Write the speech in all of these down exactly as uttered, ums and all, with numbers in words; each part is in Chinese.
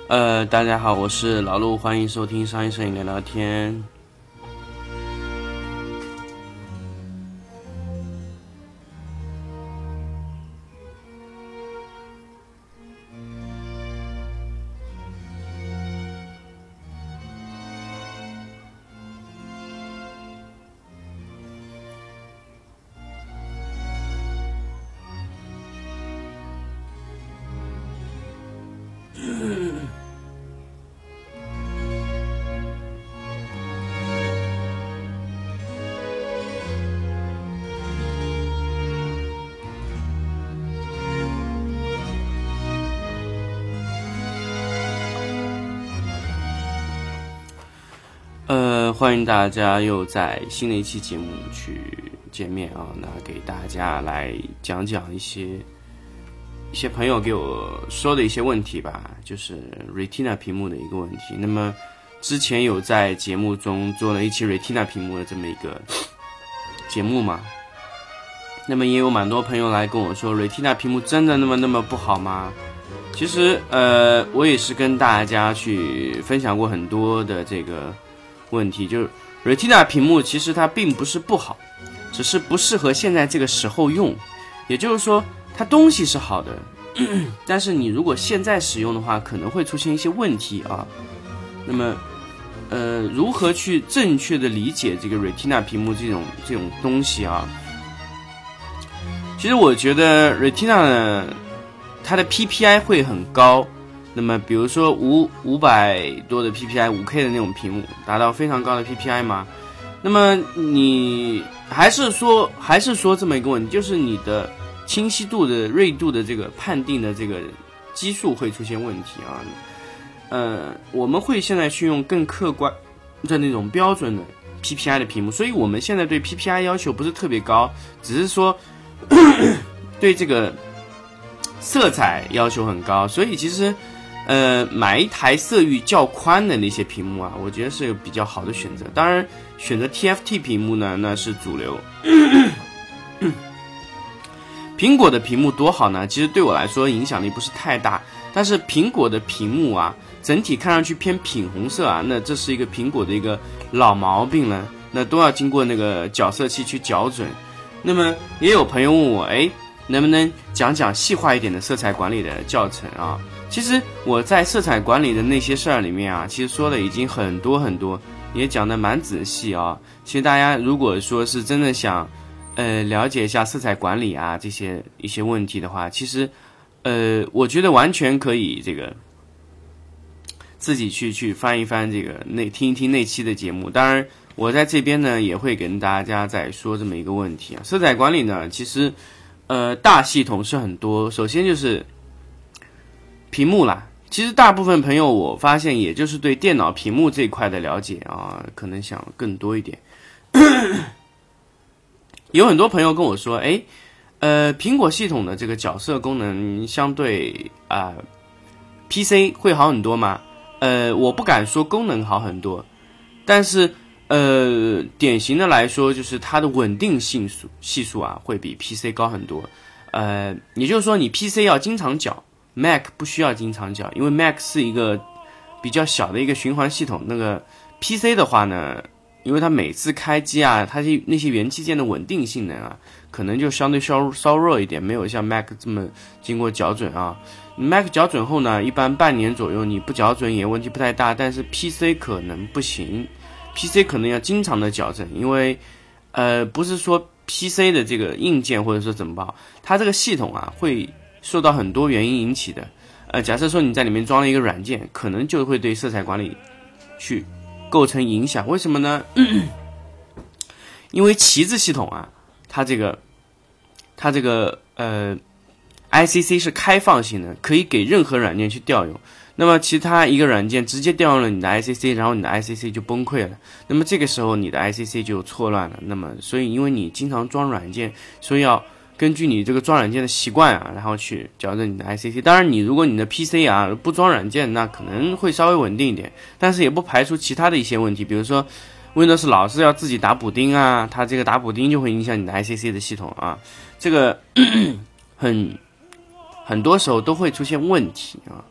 呃，大家好，我是老陆，欢迎收听商业摄影聊聊天。呃，欢迎大家又在新的一期节目去见面啊！那给大家来讲讲一些一些朋友给我说的一些问题吧，就是 Retina 屏幕的一个问题。那么之前有在节目中做了一期 Retina 屏幕的这么一个节目嘛，那么也有蛮多朋友来跟我说 Retina 屏幕真的那么那么不好吗？其实呃，我也是跟大家去分享过很多的这个问题，就是 Retina 屏幕其实它并不是不好，只是不适合现在这个时候用。也就是说它东西是好的，但是你如果现在使用的话可能会出现一些问题啊。那么呃，如何去正确的理解这个 Retina 屏幕这种这种东西啊？其实我觉得 Retina 呢，它的 P P I 会很高。那么比如说五五百多的 P P I， 五 K 的那种屏幕，达到非常高的 P P I 嘛。那么你还是说还是说这么一个问题，就是你的清晰度的锐度的这个判定的这个基数会出现问题啊。呃，我们会现在去用更客观的那种标准的 P P I 的屏幕，所以我们现在对 P P I 要求不是特别高，只是说对这个色彩要求很高，所以其实呃，买一台色域较宽的那些屏幕啊，我觉得是有比较好的选择。当然，选择 T F T 屏幕呢，那是主流。苹果的屏幕多好呢？其实对我来说影响力不是太大，但是苹果的屏幕啊，整体看上去偏品红色啊，那这是一个苹果的一个老毛病了，那都要经过那个角色器去校准。那么也有朋友问我，哎，能不能讲讲细化一点的色彩管理的教程啊？其实我在色彩管理的那些事儿里面啊，其实说的已经很多很多，也讲得蛮仔细啊。其实大家如果说是真的想呃了解一下色彩管理啊这些一些问题的话，其实呃我觉得完全可以这个自己去去翻一翻这个那听一听那期的节目。当然我在这边呢也会跟大家再说这么一个问题啊。色彩管理呢其实呃大系统是很多，首先就是屏幕啦，其实大部分朋友我发现也就是对电脑屏幕这一块的了解啊，可能想更多一点。有很多朋友跟我说，哎，呃，苹果系统的这个角色功能相对啊、呃、P C 会好很多吗？呃，我不敢说功能好很多，但是呃，典型的来说，就是它的稳定性数系数啊，会比 P C 高很多。呃，也就是说，你 P C 要经常搅。Mac 不需要经常搅，因为 Mac 是一个比较小的一个循环系统。那个 P C 的话呢，因为它每次开机啊，它那些元器件的稳定性能啊，可能就相对稍稍弱一点，没有像 Mac 这么经过校准啊。Mac 校准后呢，一般半年左右你不校准也问题不太大，但是 P C 可能不行 ，P C 可能要经常的矫正，因为呃不是说 P C 的这个硬件或者说怎么办，它这个系统啊会受到很多原因引起的，呃，假设说你在里面装了一个软件，可能就会对色彩管理去构成影响。为什么呢？因为旗子系统啊，它这个它这个呃 I C C 是开放性的，可以给任何软件去调用。那么其他一个软件直接调用了你的 I C C， 然后你的 I C C 就崩溃了。那么这个时候你的 I C C 就错乱了。那么所以因为你经常装软件，所以要根据你这个装软件的习惯啊，然后去矫正你的 I C C。 当然你如果你的 P C 啊不装软件，那可能会稍微稳定一点，但是也不排除其他的一些问题，比如说 Windows 老是要自己打补丁啊，它这个打补丁就会影响你的 I C C 的系统啊，这个很很多时候都会出现问题啊。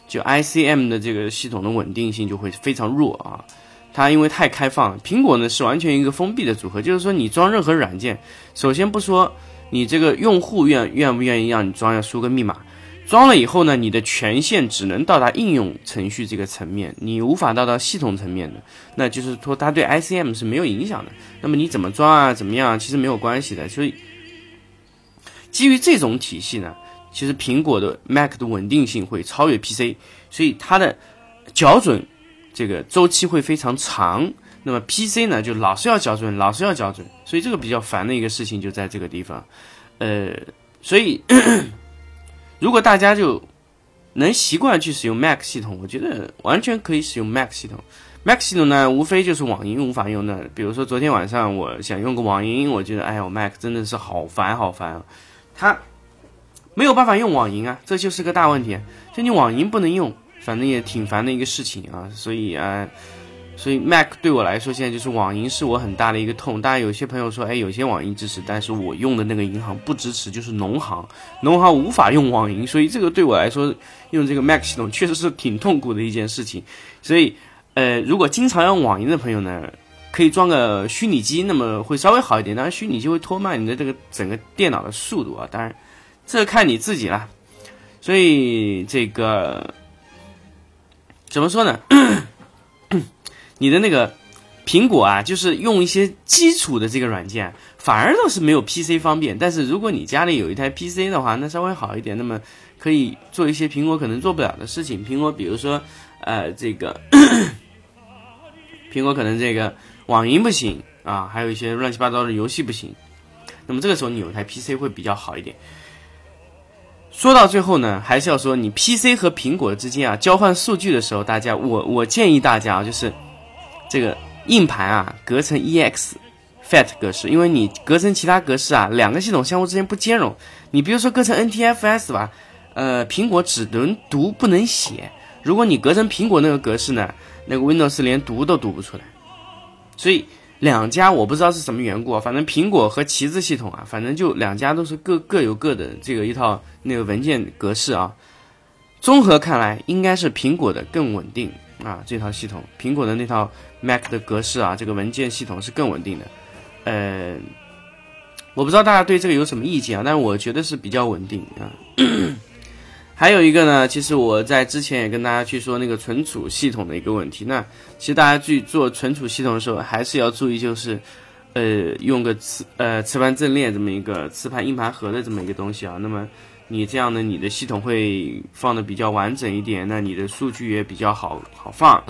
就 I C M 的这个系统的稳定性就会非常弱啊。它因为太开放了，苹果呢是完全一个封闭的组合，就是说你装任何软件，首先不说你这个用户愿愿不愿意让你装，要输个密码，装了以后呢，你的权限只能到达应用程序这个层面，你无法到达系统层面的，那就是说它对 I C M 是没有影响的。那么你怎么装啊，怎么样，其实没有关系的。所以基于这种体系呢，其实苹果的 Mac 的稳定性会超越 P C， 所以它的校准这个周期会非常长。那么 P C 呢，就老是要校准，老是要校准，所以这个比较烦的一个事情就在这个地方。呃，所以咳咳如果大家就能习惯去使用 Mac 系统，我觉得完全可以使用 Mac 系统。Mac 系统呢，无非就是网银无法用的。比如说昨天晚上我想用个网银，我觉得哎呀，我 Mac 真的是好烦好烦啊，它没有办法用网银啊，这就是个大问题。就你网银不能用，反正也挺烦的一个事情啊。所以啊，所以 Mac 对我来说现在就是网银是我很大的一个痛。当然有些朋友说，哎，有些网银支持，但是我用的那个银行不支持，就是农行，农行无法用网银，所以这个对我来说用这个 Mac 系统确实是挺痛苦的一件事情。所以呃，如果经常用网银的朋友呢，可以装个虚拟机，那么会稍微好一点。当然虚拟机会拖慢你的这个整个电脑的速度啊，当然这看你自己啦。所以这个怎么说呢？你的那个苹果啊，就是用一些基础的这个软件，反而倒是没有 P C 方便。但是如果你家里有一台 P C 的话，那稍微好一点，那么可以做一些苹果可能做不了的事情。苹果比如说呃这个苹果可能这个网银不行啊，还有一些乱七八糟的游戏不行。那么这个时候你有一台 P C 会比较好一点。说到最后呢，还是要说你 P C 和苹果之间啊交换数据的时候，大家我我建议大家啊，就是这个硬盘啊隔成 E X F A T 格式，因为你隔成其他格式啊，两个系统相互之间不兼容。你比如说隔成 N T F S 吧，呃，苹果只能读不能写。如果你隔成苹果那个格式呢，那个 Windows 连读都读不出来。所以两家我不知道是什么缘故啊，反正苹果和旗子系统啊，反正就两家都是各各有各的这个一套那个文件格式啊。综合看来，应该是苹果的更稳定啊，这套系统，苹果的那套 Mac 的格式啊，这个文件系统是更稳定的。呃，我不知道大家对这个有什么意见啊，但是我觉得是比较稳定啊。还有一个呢，其实我在之前也跟大家去说那个存储系统的一个问题。那其实大家去做存储系统的时候，还是要注意，就是呃用个磁呃磁盘阵列这么一个磁盘硬盘盒的这么一个东西啊。那么你这样呢，你的系统会放的比较完整一点，那你的数据也比较好好放。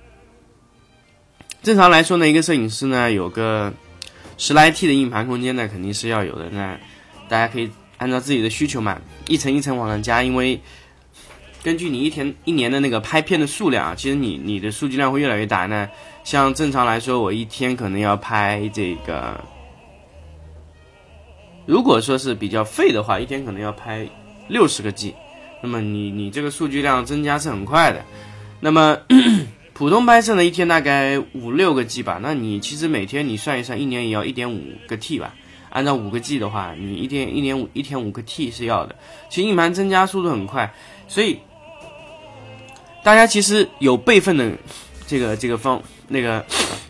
正常来说呢，一个摄影师呢有个十来 T 的硬盘空间呢，肯定是要有的。那大家可以按照自己的需求嘛，一层一层往上加，因为根据你一天一年的那个拍片的数量，其实你你的数据量会越来越大。那像正常来说，我一天可能要拍这个，如果说是比较废的话，一天可能要拍六十个 G， 那么你你这个数据量增加是很快的。那么普通拍摄呢，一天大概五六个 G 吧，那你其实每天你算一算，一年也要 一点五个 T 吧。按照五个 G 的话，你一天一年五一天五个 T 是要的。其实硬盘增加速度很快，所以大家其实有备份的这个这个方那个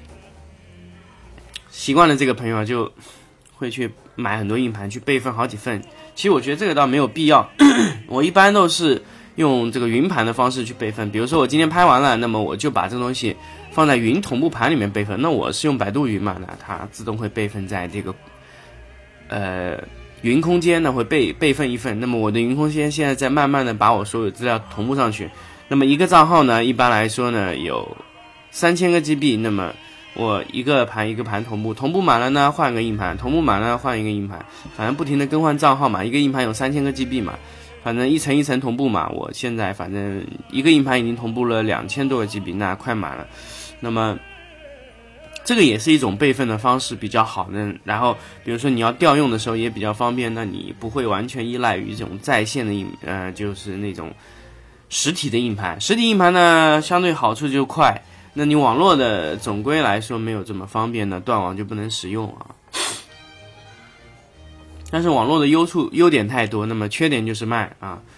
习惯的这个朋友啊，就会去买很多硬盘去备份好几份。其实我觉得这个倒没有必要，我一般都是用这个云盘的方式去备份。比如说我今天拍完了，那么我就把这个东西放在云同步盘里面备份。那我是用百度云嘛，那它自动会备份在这个呃，云空间呢会备备份一份。那么我的云空间现在在慢慢的把我所有资料同步上去。那么一个账号呢，一般来说呢有三千个 G B。那么我一个盘一个盘同步，同步满了呢换个硬盘，同步满了换一个硬盘，反正不停的更换账号嘛。一个硬盘有三千个 G B 嘛，反正一层一层同步嘛。我现在反正一个硬盘已经同步了两千多个 G B， 那快满了。那么这个也是一种备份的方式，比较好呢。然后比如说你要调用的时候也比较方便，那你不会完全依赖于这种在线的硬呃就是那种实体的硬盘。实体硬盘呢相对好处就快，那你网络的总归来说没有这么方便的，断网就不能使用啊。但是网络的优处优点太多，那么缺点就是慢啊。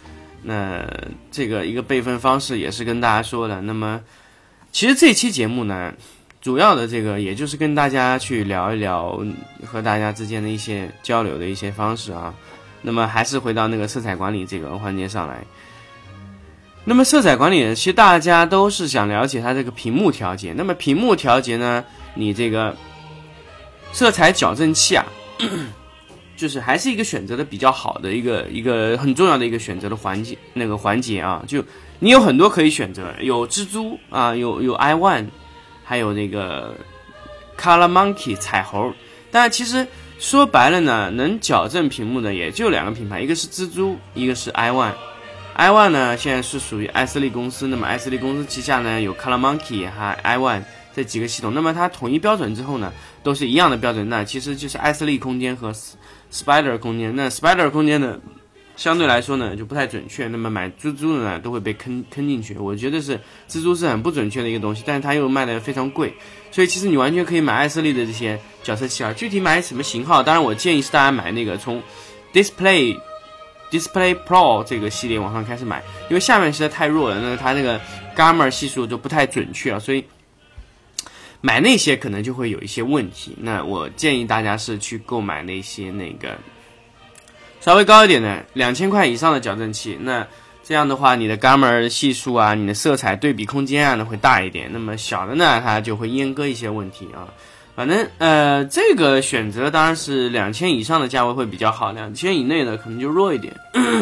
那这个一个备份方式也是跟大家说的。那么其实这期节目呢，主要的这个也就是跟大家去聊一聊和大家之间的一些交流的一些方式啊。那么还是回到那个色彩管理这个环节上来。那么色彩管理其实大家都是想了解它这个屏幕调节。那么屏幕调节呢，你这个色彩矫正器啊，就是还是一个选择的比较好的一个一个很重要的一个选择的环节那个环节啊。就你有很多可以选择，有蜘蛛啊，有有 i one， 还有那个 Color Monkey 彩猴。但其实说白了呢，能矫正屏幕的也就两个品牌，一个是蜘蛛，一个是 i one。i one 呢现在是属于艾斯利公司，那么艾斯利公司旗下呢有 Color Monkey 和 i one 这几个系统。那么它统一标准之后呢，都是一样的标准，那其实就是艾斯利空间和 Spider 空间。那 Spider 空间呢相对来说呢就不太准确，那么买蜘蛛的呢都会被坑坑进去。我觉得是蜘蛛是很不准确的一个东西，但是它又卖的非常贵，所以其实你完全可以买艾斯利的这些矫色器啊。具体买什么型号，当然我建议是大家买那个从 Display Display Pro 这个系列往上开始买，因为下面实在太弱了，那它那个 Gamma 系数就不太准确啊，所以买那些可能就会有一些问题。那我建议大家是去购买那些那个稍微高一点的两千块以上的矫正器，那这样的话你的 Gamma 系数啊，你的色彩对比空间啊呢会大一点，那么小的呢它就会阉割一些问题啊。反正呃这个选择当然是两千以上的价位会比较好，两千以内的可能就弱一点。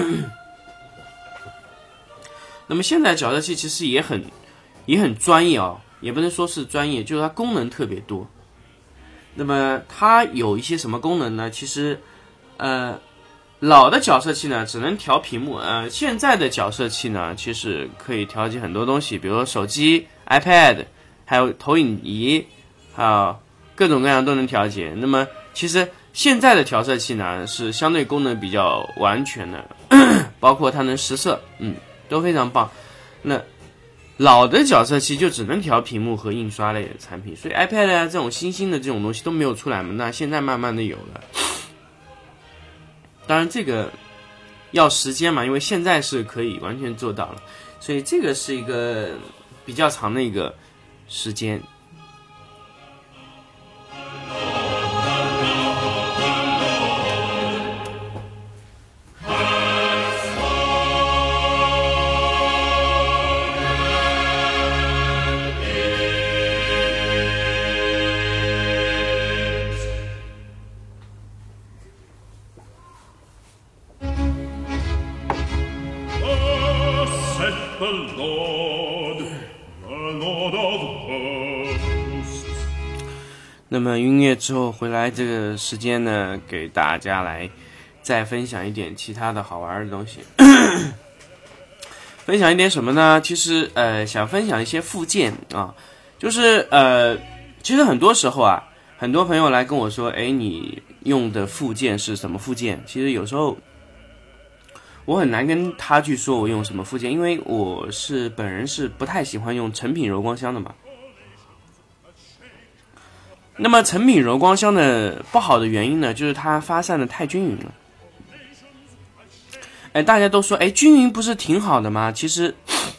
那么现在矫正器其实也很也很专业哦，也不能说是专业，就是它功能特别多。那么它有一些什么功能呢？其实呃老的矫色器呢只能调屏幕，呃现在的矫色器呢其实可以调节很多东西，比如说手机、iPad， 还有投影仪，还有各种各样都能调节。那么其实现在的调色器呢是相对功能比较完全的，包括它能实色，嗯，都非常棒。那老的矫色器就只能调屏幕和印刷类的产品，所以 iPad 啊这种新兴的这种东西都没有出来嘛，那现在慢慢的有了。当然这个要时间嘛，因为现在是可以完全做到了，所以这个是一个比较长的一个时间。那么音乐之后回来这个时间呢，给大家来再分享一点其他的好玩的东西。分享一点什么呢？其实呃想分享一些附件啊，就是呃其实很多时候啊，很多朋友来跟我说，哎，你用的附件是什么附件？其实有时候我很难跟他去说我用什么附件，因为我是本人是不太喜欢用成品柔光箱的嘛。那么成品柔光箱的不好的原因呢，就是它发散的太均匀了。哎，大家都说，哎，均匀不是挺好的吗？其实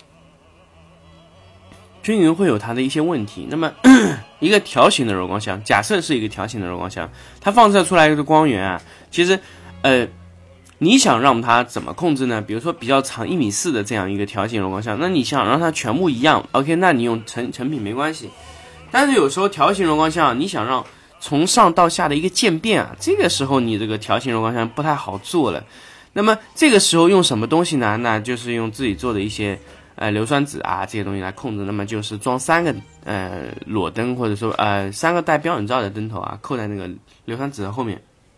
均匀会有它的一些问题。那么一个条形的柔光箱，假设是一个条形的柔光箱，它放射出来的光源啊，其实呃你想让它怎么控制呢？比如说比较长一米四的这样一个条形柔光箱，那你想让它全部一样 ，OK， 那你用成成品没关系。但是有时候条形柔光箱，你想让从上到下的一个渐变啊，这个时候你这个条形柔光箱不太好做了。那么这个时候用什么东西呢？那就是用自己做的一些呃硫酸纸啊这些东西来控制。那么就是装三个呃裸灯，或者说呃三个带标准罩的灯头啊，扣在那个硫酸纸的后面。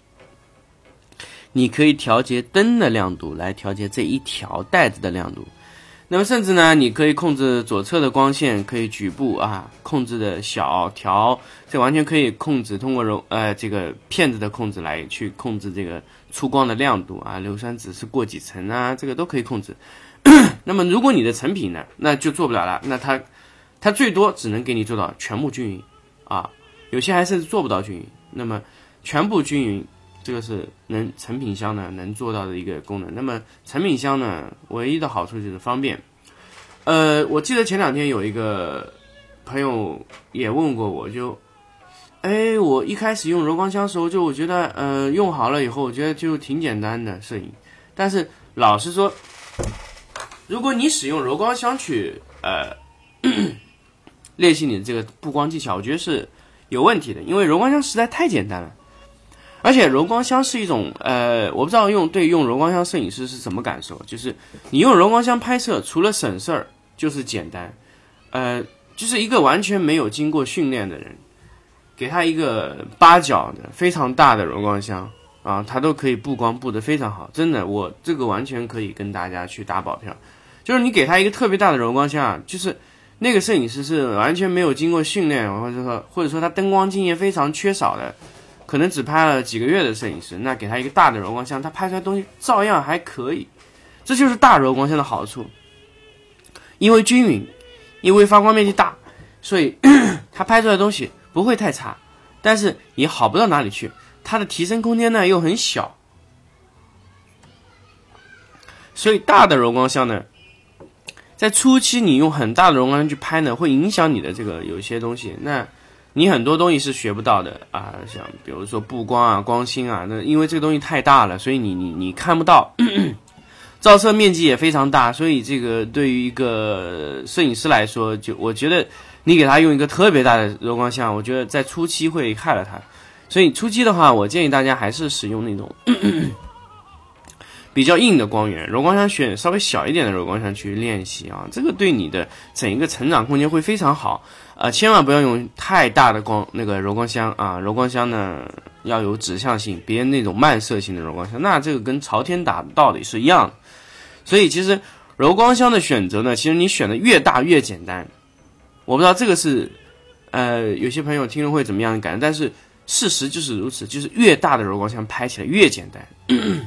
你可以调节灯的亮度，来调节这一条带子的亮度。那么甚至呢，你可以控制左侧的光线，可以局部啊控制的小调，这完全可以控制，通过柔呃这个片子的控制来去控制这个出光的亮度啊，硫酸纸是过几层啊，这个都可以控制。那么如果你的成品呢，那就做不了了，那它它最多只能给你做到全部均匀啊，有些还甚至做不到均匀。那么全部均匀， 这个是能成品箱呢能做到的一个功能。那么成品箱呢，唯一的好处就是方便。呃，我记得前两天有一个朋友也问过我，就，哎，我一开始用柔光箱的时候，就我觉得，呃，用好了以后，我觉得就挺简单的摄影。但是老实说，如果你使用柔光箱去，呃，练习你的这个布光技巧，我觉得是有问题的，因为柔光箱实在太简单了。而且柔光箱是一种，呃，我不知道用对用柔光箱摄影师是什么感受，就是你用柔光箱拍摄，除了省事儿就是简单，呃，就是一个完全没有经过训练的人，给他一个八角的非常大的柔光箱啊，他都可以布光布得非常好，真的，我这个完全可以跟大家去打保票，就是你给他一个特别大的柔光箱啊，就是那个摄影师是完全没有经过训练，或者说或者说他灯光经验非常缺少的。可能只拍了几个月的摄影师，那给他一个大的柔光箱，他拍出来的东西照样还可以。这就是大柔光箱的好处，因为均匀，因为发光面积大，所以他拍出来的东西不会太差，但是也好不到哪里去。它的提升空间呢又很小，所以大的柔光箱呢，在初期你用很大的柔光箱去拍呢，会影响你的这个有些东西。那你很多东西是学不到的啊，像比如说布光啊、光芯啊，那因为这个东西太大了，所以你你你看不到，照射面积也非常大，所以这个对于一个摄影师来说，就我觉得你给他用一个特别大的柔光箱，我觉得在初期会害了他。所以初期的话，我建议大家还是使用那种比较硬的光源，柔光箱选稍微小一点的柔光箱去练习啊，这个对你的整一个成长空间会非常好。呃，千万不要用太大的光那个柔光箱啊，柔光箱呢要有指向性，别那种漫射性的柔光箱，那这个跟朝天打的道理是一样的。所以其实柔光箱的选择呢，其实你选的越大越简单。我不知道这个是呃有些朋友听了会怎么样的感觉，但是事实就是如此，就是越大的柔光箱拍起来越简单。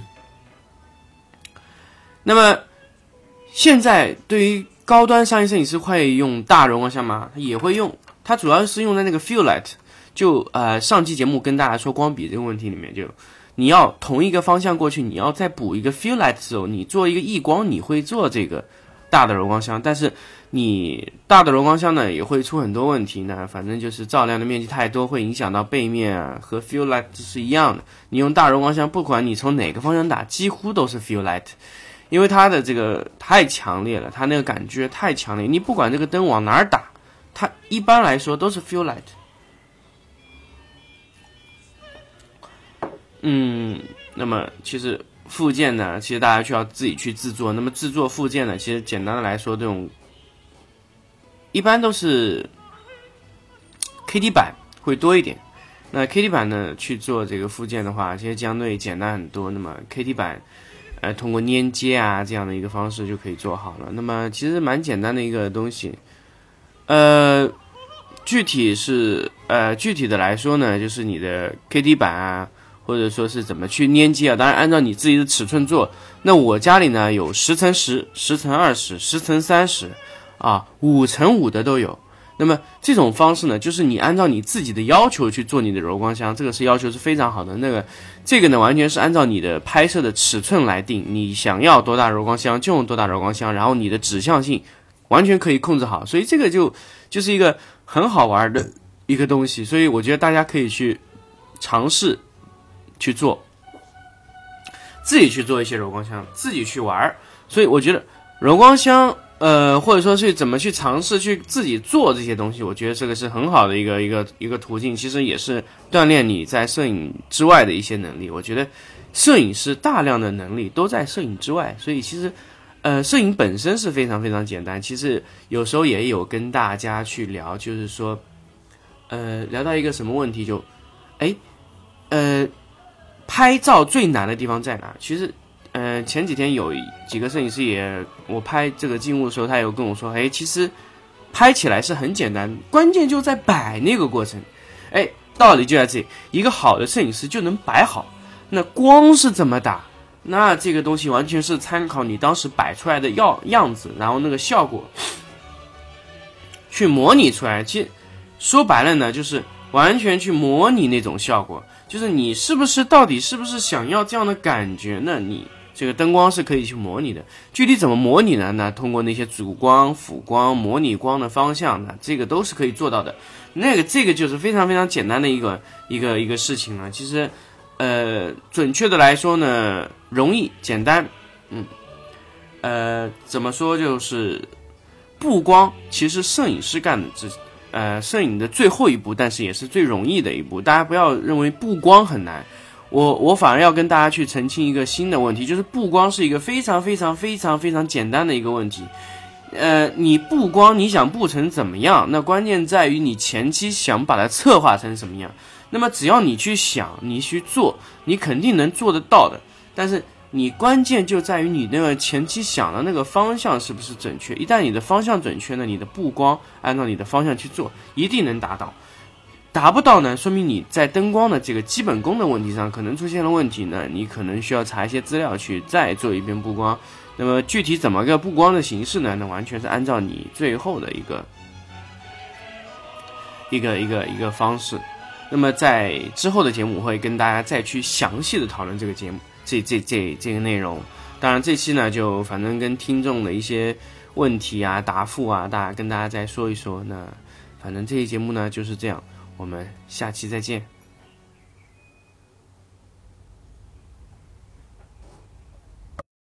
那么现在对于高端商业摄影师会用大柔光箱吗？他也会用，它主要是用在那个 fill light， 就呃上期节目跟大家说光比这个问题里面，就你要同一个方向过去，你要再补一个 fill light 的时候，你做一个异光，你会做这个大的柔光箱，但是你大的柔光箱呢也会出很多问题呢，反正就是照亮的面积太多，会影响到背面啊，和 fill light 是一样的。你用大柔光箱，不管你从哪个方向打，几乎都是 fill light。因为它的这个太强烈了，它那个感觉太强烈，你不管这个灯往哪儿打，它一般来说都是 fill light。嗯，那么其实附件呢，其实大家需要自己去制作。那么制作附件呢，其实简单的来说，这种一般都是 K D 版会多一点。那 K D 版呢去做这个附件的话，其实相对简单很多。那么 K D 版。呃，通过粘接啊这样的一个方式就可以做好了。那么其实蛮简单的一个东西，呃，具体是呃具体的来说呢，就是你的 K D 版啊，或者说是怎么去粘接啊，当然按照你自己的尺寸做。那我家里呢有十乘十、十乘二十、十乘三十啊，五乘五的都有。那么这种方式呢，就是你按照你自己的要求去做你的柔光箱，这个是要求是非常好的。那个这个呢，完全是按照你的拍摄的尺寸来定，你想要多大柔光箱就用多大柔光箱，然后你的指向性完全可以控制好，所以这个就就是一个很好玩的一个东西。所以我觉得大家可以去尝试去做，自己去做一些柔光箱，自己去玩。所以我觉得柔光箱。呃，或者说是怎么去尝试去自己做这些东西，我觉得这个是很好的一个一个一个途径，其实也是锻炼你在摄影之外的一些能力。我觉得摄影师大量的能力都在摄影之外，所以其实呃，摄影本身是非常非常简单。其实有时候也有跟大家去聊，就是说呃，聊到一个什么问题就哎呃，拍照最难的地方在哪？其实呃，前几天有几个摄影师也，我拍这个静物的时候，他有跟我说，哎，其实拍起来是很简单，关键就在摆那个过程。哎，道理就在这里，一个好的摄影师就能摆好。那光是怎么打，那这个东西完全是参考你当时摆出来的样样子，然后那个效果去模拟出来。其实说白了呢，就是完全去模拟那种效果。 就是你是不是到底是不是想要这样的感觉呢？你这个灯光是可以去模拟的，具体怎么模拟呢？那通过那些主光、辅光模拟光的方向呢，这个都是可以做到的。那个这个就是非常非常简单的一个一个一个事情了。其实，呃，准确的来说呢，容易简单，嗯，呃，怎么说就是布光，其实摄影师干的这。呃，摄影的最后一步，但是也是最容易的一步。大家不要认为布光很难，我我反而要跟大家去澄清一个新的问题，就是布光是一个非常非常非常非常简单的一个问题。呃，你布光你想布成怎么样？那关键在于你前期想把它策划成什么样。那么只要你去想，你去做，你肯定能做得到的。但是你关键就在于你那个前期想的那个方向是不是准确。一旦你的方向准确呢，你的布光按照你的方向去做，一定能达到。达不到呢，说明你在灯光的这个基本功的问题上可能出现了问题呢，你可能需要查一些资料去再做一遍布光。那么具体怎么个布光的形式呢？那完全是按照你最后的一个一个一个一个方式。那么在之后的节目我会跟大家再去详细的讨论这个节目这这这这个内容。当然这期呢就反正跟听众的一些问题啊答复啊，大家跟大家再说一说。那反正这期节目呢就是这样，我们下期再见。